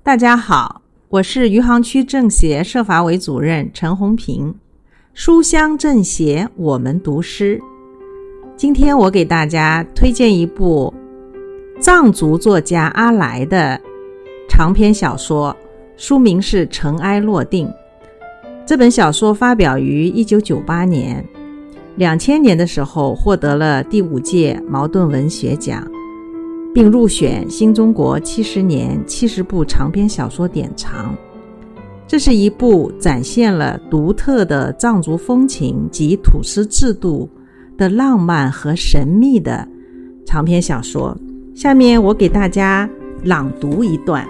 大家好，我是余杭区政协社法委主任陈红平。书香政协，我们读诗。今天我给大家推荐一部藏族作家阿来的长篇小说，书名是《尘埃落定》。这本小说发表于1998年，2000年的时候获得了第5届茅盾文学奖，并入选新中国70年70部长篇小说典藏。这是一部展现了独特的藏族风情及土司制度的浪漫和神秘的长篇小说。下面我给大家朗读一段。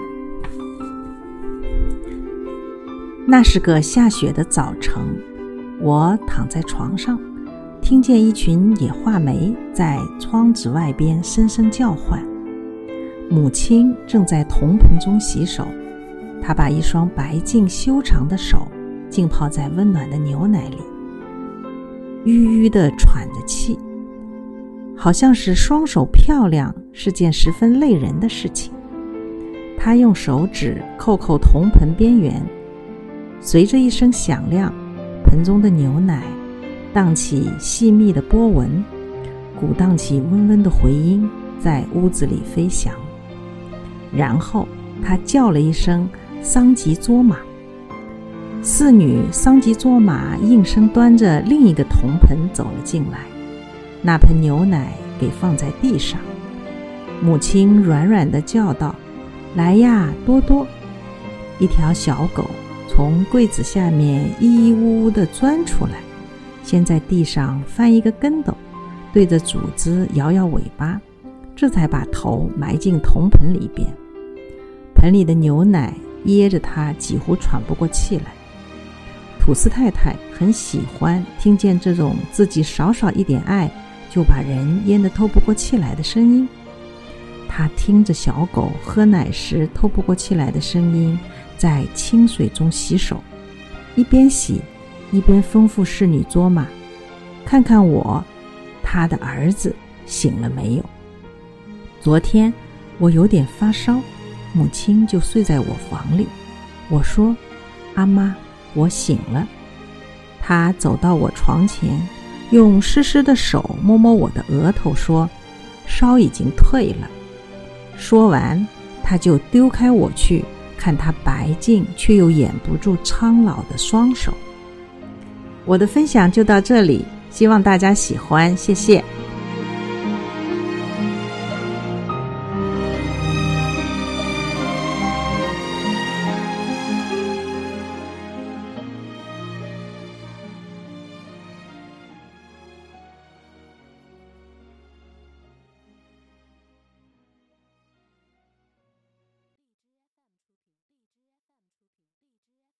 那是个下雪的早晨，我躺在床上，听见一群野画眉在窗子外边声声叫唤。母亲正在铜盆中洗手，她把一双白净修长的手浸泡在温暖的牛奶里，吁吁地喘着气，好像是双手漂亮是件十分累人的事情。她用手指扣扣铜盆边缘，随着一声响亮，盆中的牛奶荡起细密的波纹，鼓荡起温温的回音，在屋子里飞翔。然后他叫了一声桑吉卓玛，侍女桑吉卓玛应声端着另一个铜盆走了进来，那盆牛奶给放在地上。母亲软软地叫道：来呀，多多。一条小狗从柜子下面咿咿呜呜地钻出来，先在地上翻一个跟斗，对着主子摇摇尾巴，这才把头埋进铜盆里边。盆里的牛奶噎着他几乎喘不过气来。土司太太很喜欢听见这种自己少一点爱就把人淹得透不过气来的声音。他听着小狗喝奶时透不过气来的声音，在清水中洗手，一边洗一边吩咐侍女卓玛：看看我，他的儿子醒了没有？昨天我有点发烧，母亲就睡在我房里。我说：阿妈，我醒了。她走到我床前，用湿湿的手摸摸我的额头，说：烧已经退了。说完，她就丢开我去看她白净却又掩不住苍老的双手。我的分享就到这里，希望大家喜欢，谢谢。